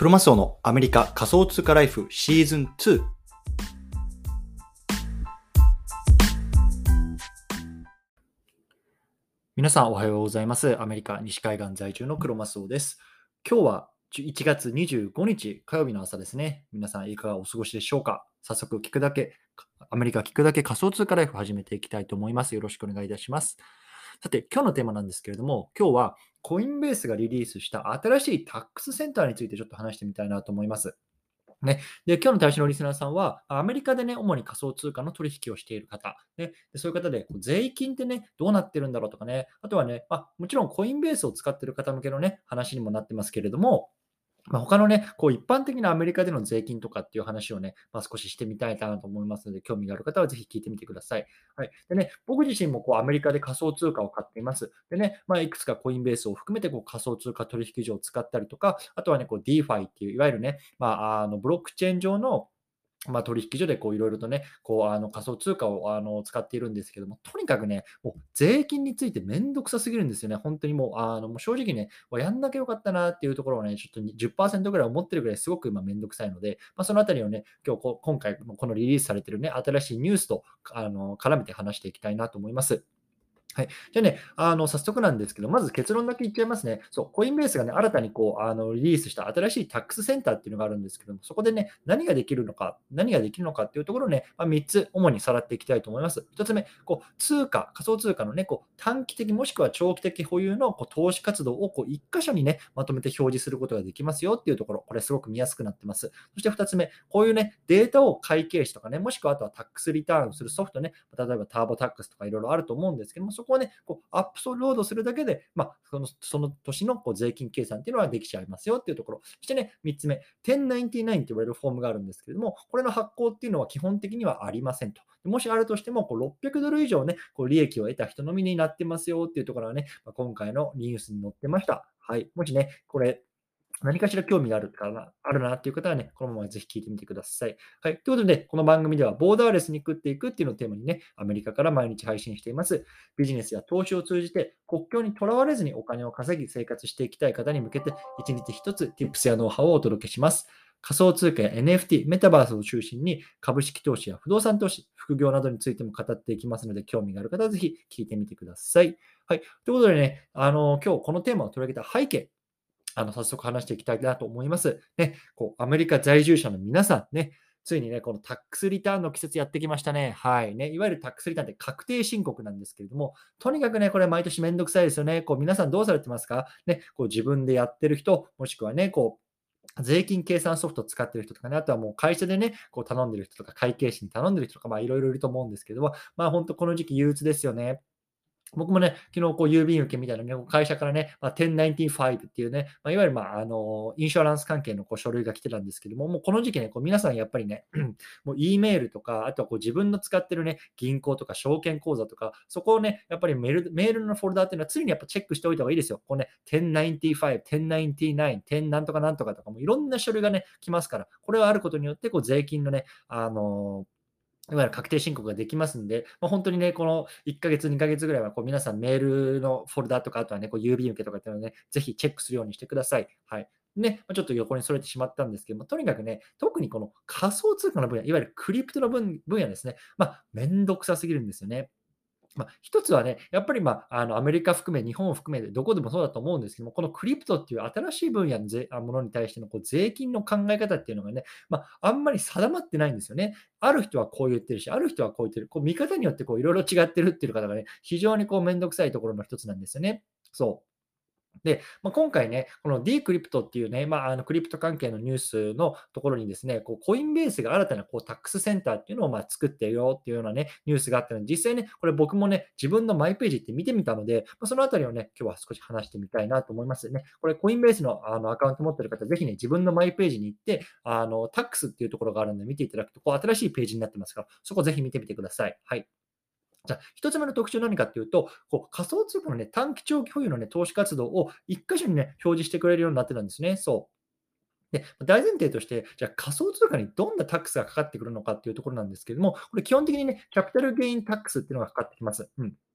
クロマスオのアメリカ仮想通貨ライフシーズン2。皆さんおはようございます。アメリカ西海岸在住のクロマスオです。今日は1月25日火曜日の朝ですね。皆さんいかがお過ごしでしょうか。早速アメリカ聞くだけ仮想通貨ライフ始めていきたいと思います。よろしくお願いいたします。さて、今日のテーマなんですけれども、今日はコインベースがリリースした新しいタックスセンターについてちょっと話してみたいなと思います。ね、で、今日の対象のリスナーさんは、アメリカでね、主に仮想通貨の取引をしている方、ね、でそういう方で、税金ってね、どうなってるんだろうとかね、あとはね、もちろんコインベースを使っている方向けのね、話にもなってますけれども、他のね、一般的なアメリカでの税金とかっていう話をね、少ししてみたいかなと思いますので、興味がある方はぜひ聞いてみてください。はい。でね、僕自身もアメリカで仮想通貨を買っています。でね、いくつかコインベースを含めて仮想通貨取引所を使ったりとか、あとはね、DeFi っていう、いわゆるね、ブロックチェーン上の取引所でいろいろとね、仮想通貨を使っているんですけども、とにかくね、もう税金についてめんどくさすぎるんですよね。本当にもう正直ね、やんなきゃよかったなっていうところをね、ちょっと10%ぐらい思ってるぐらいすごく今めんどくさいので、そのあたりをね、今回のこのリリースされてるね、新しいニュースと絡めて話していきたいなと思います。はい。じゃあね、早速なんですけど、まず結論だけ言っちゃいますね。そう、コインベースがね、新たにリリースした新しいタックスセンターっていうのがあるんですけども、そこでね、何ができるのかっていうところをね、3つ主にさらっていきたいと思います。1つ目、仮想通貨のね、短期的もしくは長期的保有の投資活動を1箇所にね、まとめて表示することができますよっていうところ、これすごく見やすくなってます。そして2つ目、こういうね、データを会計士とかね、もしくはあとはタックスリターンをするソフトね、例えばターボタックスとかいろいろあると思うんですけども、そこをね、アップロードするだけで、その年の税金計算っていうのはできちゃいますよっていうところ。そしてね、3つ目、1099って言われるフォームがあるんですけれども、これの発行っていうのは基本的にはありませんと。もしあるとしても、$600以上ね、利益を得た人のみになってますよっていうところはね、今回のニュースに載ってました。はい。もしね、これ、何かしら興味があるなっていう方はね、このままぜひ聞いてみてください。はい。ということで、この番組ではボーダーレスに食っていくっていうのをテーマにね、アメリカから毎日配信しています。ビジネスや投資を通じて国境にとらわれずにお金を稼ぎ生活していきたい方に向けて、一日一つ Tips やノウハウをお届けします。仮想通貨や NFT、メタバースを中心に株式投資や不動産投資、副業などについても語っていきますので、興味がある方はぜひ聞いてみてください。はい。ということでね、今日このテーマを取り上げた背景、早速話していきたいなと思います。ね、アメリカ在住者の皆さんね、ついにね、このタックスリターンの季節やってきましたね。はい。ね、いわゆるタックスリターンって確定申告なんですけれども、とにかくね、これ毎年めんどくさいですよね。皆さんどうされてますかね、自分でやってる人、もしくはね、税金計算ソフトを使ってる人とかね、あとはもう会社でね、頼んでる人とか、会計士に頼んでる人とか、いろいろいると思うんですけども、本当この時期憂鬱ですよね。僕もね、昨日郵便受けみたいなね、会社からね、1095っていうね、いわゆる、インシュアランス関係の書類が来てたんですけども、もうこの時期ね、皆さんやっぱりね、もう E メールとか、あとは自分の使ってるね、銀行とか証券口座とか、そこをね、やっぱりメールのフォルダっていうのは常にやっぱチェックしておいた方がいいですよ。1095、1099、10なんとかなんとかとか、もういろんな書類がね、来ますから、これがあることによって、税金のね、いわゆる確定申告ができますんで、本当にね、この1ヶ月、2ヶ月ぐらいは皆さんメールのフォルダとか、あとはね、郵便受けとかっていうのをね、ぜひチェックするようにしてください。はい。ね、ちょっと横にそれてしまったんですけども、とにかくね、特にこの仮想通貨の分野、いわゆるクリプトの分野ですね。めんどくさすぎるんですよね。一つはね、やっぱり、アメリカ含め、日本を含めて、どこでもそうだと思うんですけども、このクリプトっていう新しい分野のものに対しての税金の考え方っていうのがね、あんまり定まってないんですよね。ある人はこう言ってるし、ある人はこう言ってる。見方によっていろいろ違ってるっていう方がね、非常にめんどくさいところの一つなんですよね。そう。で、今回ね、この D クリプトっていうね、クリプト関係のニュースのところにですね、コインベースが新たなタックスセンターっていうのを作ってるよっていうようなね、ニュースがあったので、実際ね、これ僕もね、自分のマイページって見てみたので、そのあたりをね、今日は少し話してみたいなと思いますね。これコインベースのアカウント持ってる方、ぜひね、自分のマイページに行って、タックスっていうところがあるので見ていただくと、新しいページになってますから、そこぜひ見てみてください。はい。じゃあ、一つ目の特徴は何かっていうと、仮想通貨のね、短期長期保有のね、投資活動を一箇所にね、表示してくれるようになってたんですね。そう。で、大前提として、じゃあ仮想通貨にどんなタックスがかかってくるのかっていうところなんですけれども、これ基本的にね、キャピタルゲインタックスっていうのがかかってきます。うん。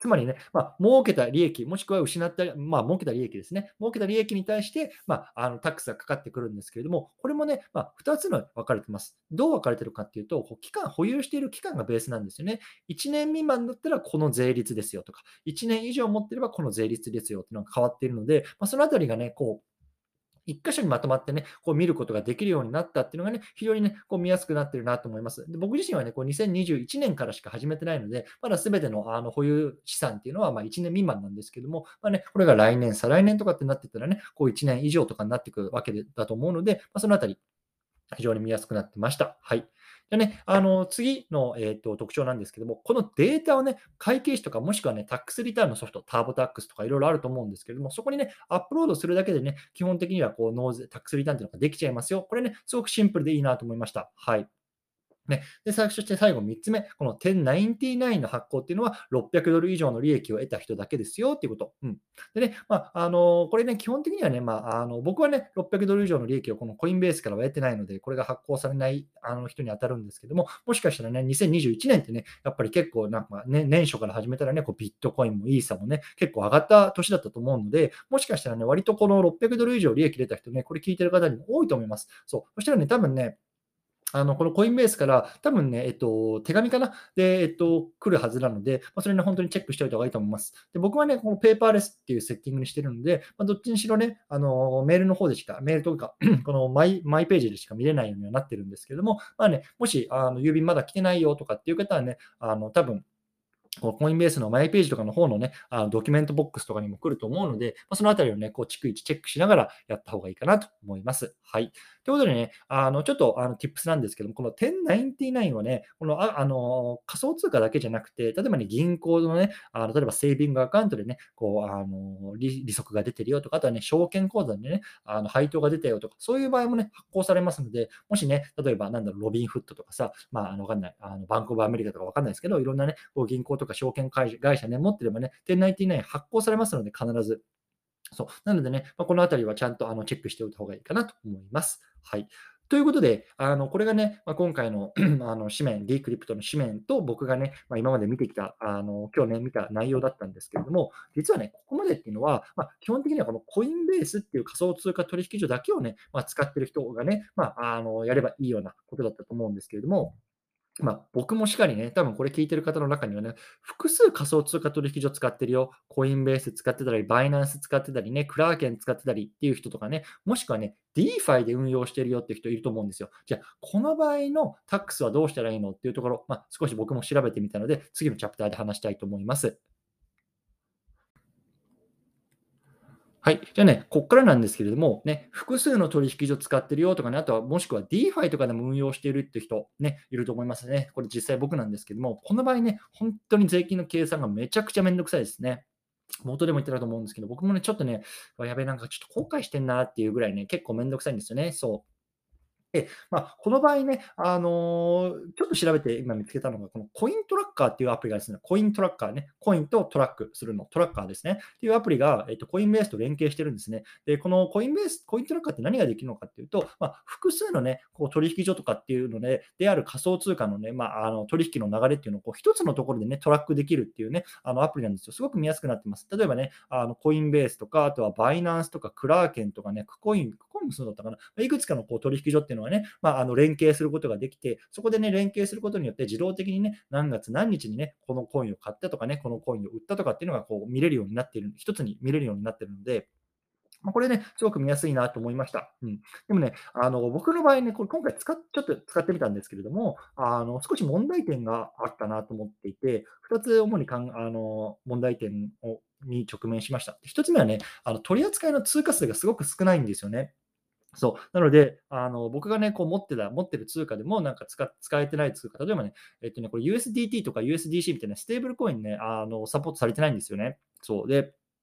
つまりね、儲けた利益、もしくは失った、儲けた利益ですね。儲けた利益に対して、タックスがかかってくるんですけれども、これもね、2つの分かれてます。どう分かれてるかっていうと、保有している期間がベースなんですよね。1年未満だったらこの税率ですよとか、1年以上持ってればこの税率ですよっていうのが変わっているので、そのあたりがね、一箇所にまとまってね、見ることができるようになったっていうのがね、非常にね、見やすくなってるなと思います。で、僕自身はね、2021年からしか始めてないので、まだ全ての保有資産っていうのは1年未満なんですけども、これが来年、再来年とかってなってったらね、1年以上とかになってくるわけだと思うので、そのあたり非常に見やすくなってました。はい。でね、次の、特徴なんですけども、このデータをね、会計士とか、もしくはね、タックスリターンのソフト、ターボタックスとかいろいろあると思うんですけれども、そこにね、アップロードするだけでね、基本的には納税、タックスリターンっていうのができちゃいますよ。これね、すごくシンプルでいいなと思いました。はい。ね、で、そして最後3つ目、この1099の発行っていうのは$600以上の利益を得た人だけですよっていうこと。うん。でね、これね、基本的にはね、僕はね、$600以上の利益をこのコインベースからは得てないので、これが発行されない人に当たるんですけども、もしかしたらね、2021年ってね、やっぱり結構なんかね、年初から始めたらね、ビットコインもイーサもね、結構上がった年だったと思うので、もしかしたらね、割とこの$600以上利益出た人ね、これ聞いてる方にも多いと思います。そう。そしたらね、多分ね、このコインベースから多分ね、手紙かなで、来るはずなので、それね、本当にチェックしておいた方がいいと思います。で、僕はね、このペーパーレスっていうセッティングにしてるので、どっちにしろね、メールの方でしか、メールとか、このマイページでしか見れないようにはなってるんですけども、もし、郵便まだ来てないよとかっていう方はね、多分、コインベースのマイページとかの方のね、ドキュメントボックスとかにも来ると思うので、そのあたりをね、逐一チェックしながらやった方がいいかなと思います。はい。ということでね、ちょっとtips なんですけども、この1099はね、仮想通貨だけじゃなくて、例えばね、銀行のね、例えばセービングアカウントでね、利息が出てるよとか、あとはね、証券口座でね、配当が出たよとか、そういう場合もね、発行されますので、もしね、例えばなんだろう、ロビンフットとかさ、わかんない、バンクオブアメリカとかわかんないですけど、いろんなね、銀行とか証券会社ね、持ってればね、1099発行されますので、必ず。そう。なのでね、このあたりはちゃんとチェックしておいた方がいいかなと思います。はい。ということで、これがね、今回の紙面、ディークリプトの紙面と僕がね、今まで見てきた、今日ね、見た内容だったんですけれども、実はね、ここまでっていうのは、基本的にはこのコインベースっていう仮想通貨取引所だけをね、使ってる人がね、やればいいようなことだったと思うんですけれども、僕もしかりね、多分これ聞いてる方の中にはね、複数仮想通貨取引所使ってるよ。コインベース使ってたり、バイナンス使ってたりね、クラーケン使ってたりっていう人とかね、もしくはね、DeFi で運用してるよっていう人いると思うんですよ。じゃあ、この場合のタックスはどうしたらいいのっていうところ、少し僕も調べてみたので、次のチャプターで話したいと思います。はい。じゃあね、こっからなんですけれども、ね、複数の取引所使ってるよとかね、あとはもしくは DeFi とかでも運用しているって人、ね、いると思いますね。これ実際僕なんですけども、この場合ね、本当に税金の計算がめちゃくちゃめんどくさいですね。元でも言ってたと思うんですけど、僕もね、ちょっとね、やべえ、なんかちょっと後悔してんなっていうぐらいね、結構めんどくさいんですよね。そう。この場合ね、ちょっと調べて今見つけたのが、このコイントラッカーっていうアプリがですね、コイントラッカーね、コインとトラックするの、トラッカーですね、っていうアプリが、コインベースと連携してるんですね。で、このコイントラッカーって何ができるのかっていうと、複数のね、取引所とかっていうのである仮想通貨のね、取引の流れっていうのを一つのところでね、トラックできるっていうね、アプリなんですよ。すごく見やすくなってます。例えばね、コインベースとか、あとはバイナンスとかクラーケンとかね、クコインもそうだったかな。いくつかの取引所っていうのはね、連携することができて、そこでね、連携することによって自動的にね、何月何日にね、このコインを買ったとかね、このコインを売ったとかっていうのが見れるようになっている、一つに見れるようになっているので、これね、すごく見やすいなと思いました。うん。でもね、僕の場合ね、これ今回ちょっと使ってみたんですけれども、少し問題点があったなと思っていて、2つ主に問題点に直面しました。1つ目はね、取り扱いの通貨数がすごく少ないんですよね。そう。なので、僕がね、持ってる通貨でも、なんか使えてない通貨、例えばね、これ USDT とか USDC みたいなステーブルコインね、サポートされてないんですよね。そう。で、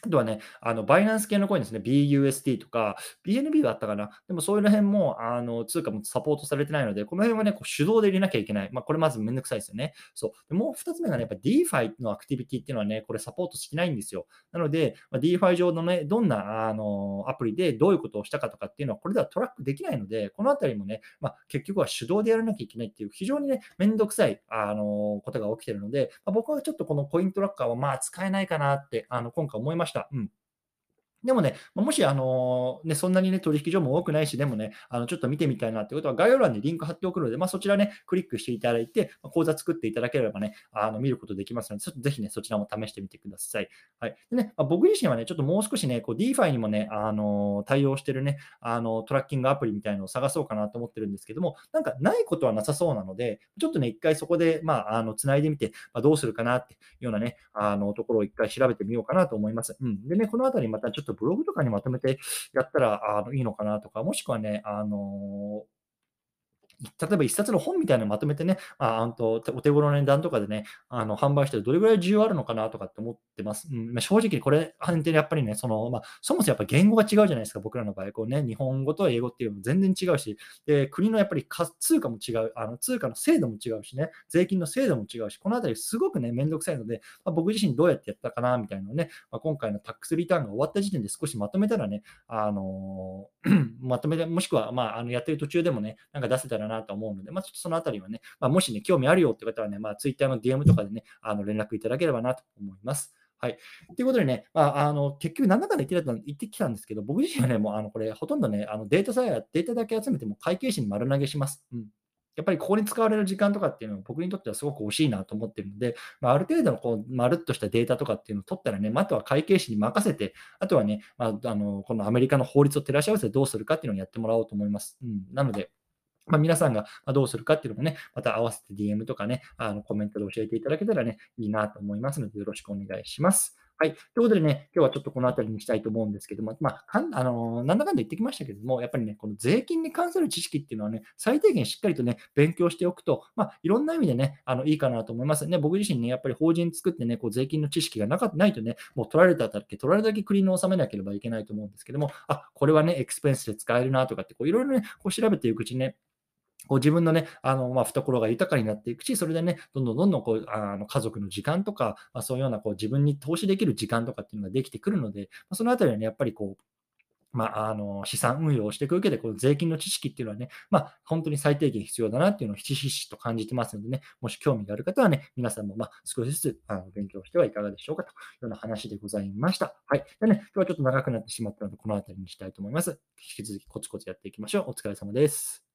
あとはね、バイナンス系のコインですね、BUSD とか、BNB はあったかな。でもそういうの辺も、通貨もサポートされてないので、この辺はね、こう手動で入れなきゃいけない。これまずめんどくさいですよね。そう。で、もう2つ目がね、やっぱ DeFi のアクティビティっていうのはね、これサポートしてないんですよ。なので、DeFi 上のね、どんな、アプリでどういうことをしたかとかっていうのは、これではトラックできないので、このあたりもね、結局は手動でやらなきゃいけないっていう、非常にね、めんどくさい、ことが起きてるので、僕はちょっとこのコイントラッカーは、使えないかなって、今回思いました。うん。でもね、もしそんなにね、取引所も多くないし、でもね、ちょっと見てみたいなってことは、概要欄にリンク貼っておくので、そちらね、クリックしていただいて、口座作っていただければね、見ることできますので、ちょっとぜひね、そちらも試してみてください。はい。でね、僕自身はね、ちょっともう少しね、こう DeFi にもね、対応してるね、トラッキングアプリみたいのを探そうかなと思ってるんですけども、なんかないことはなさそうなので、ちょっとね、一回そこで、繋いでみて、どうするかなっていうようなね、ところを一回調べてみようかなと思います。うん。でね、このあたりまたちょっとブログとかにまとめてやったら、いいのかなとか、もしくはね、例えば一冊の本みたいなのまとめてね、お手頃な値段とかでね、販売してどれぐらい需要あるのかなとかって思ってます。うん、正直これ、やっぱりね、そもそもやっぱ言語が違うじゃないですか、僕らの場合。こうね、日本語と英語っていうのも全然違うし、で、国のやっぱり通貨も違う、通貨の制度も違うしね、税金の制度も違うし、このあたりすごくね、めんどくさいので、僕自身どうやってやったかなみたいなのをね、今回のタックスリターンが終わった時点で少しまとめたらね、まとめて、もしくは、やってる途中でもね、なんか出せたらなと思うので、ちょっとそのあたりはね、もしね、興味あるよって方はね、Twitter の DM とかでね、連絡いただければなと思います。はい。ということでね、結局なんだかんだ言ってきたんですけど、僕自身はね、もうこれほとんどね、データだけ集めても会計士に丸投げします。うん。やっぱりここに使われる時間とかっていうのは僕にとってはすごく惜しいなと思ってるので、ある程度のこう、まるっとしたデータとかっていうのを取ったらね、あとは会計士に任せて、あとはね、このアメリカの法律を照らし合わせてどうするかっていうのをやってもらおうと思います。うん。なので、皆さんがどうするかっていうのもね、また合わせて DM とかね、コメントで教えていただけたらね、いいなと思いますので、よろしくお願いします。はい。ということでね、今日はちょっとこのあたりにしたいと思うんですけども、なんだかんだ言ってきましたけども、やっぱりね、この税金に関する知識っていうのはね、最低限しっかりとね、勉強しておくと、いろんな意味でね、いいかなと思いますね。僕自身ね、やっぱり法人作ってね、こう税金の知識がないとね、もう取られただけ国に納めなければいけないと思うんですけども、これはね、エクスペンスで使えるなとかって、こういろいろね、こう調べていくうちにね、こう自分のね、懐が豊かになっていくし、それでね、どんどんこう、家族の時間とか、そういうようなこう自分に投資できる時間とかっていうのができてくるので、そのあたりはね、やっぱりこう、資産運用をしていく上で、この税金の知識っていうのはね、本当に最低限必要だなっていうのをひしひしと感じてますのでね、もし興味がある方はね、皆さんも少しずつ勉強してはいかがでしょうかというような話でございました。はい。でね、今日はちょっと長くなってしまったので、この辺りにしたいと思います。引き続きコツコツやっていきましょう。お疲れ様です。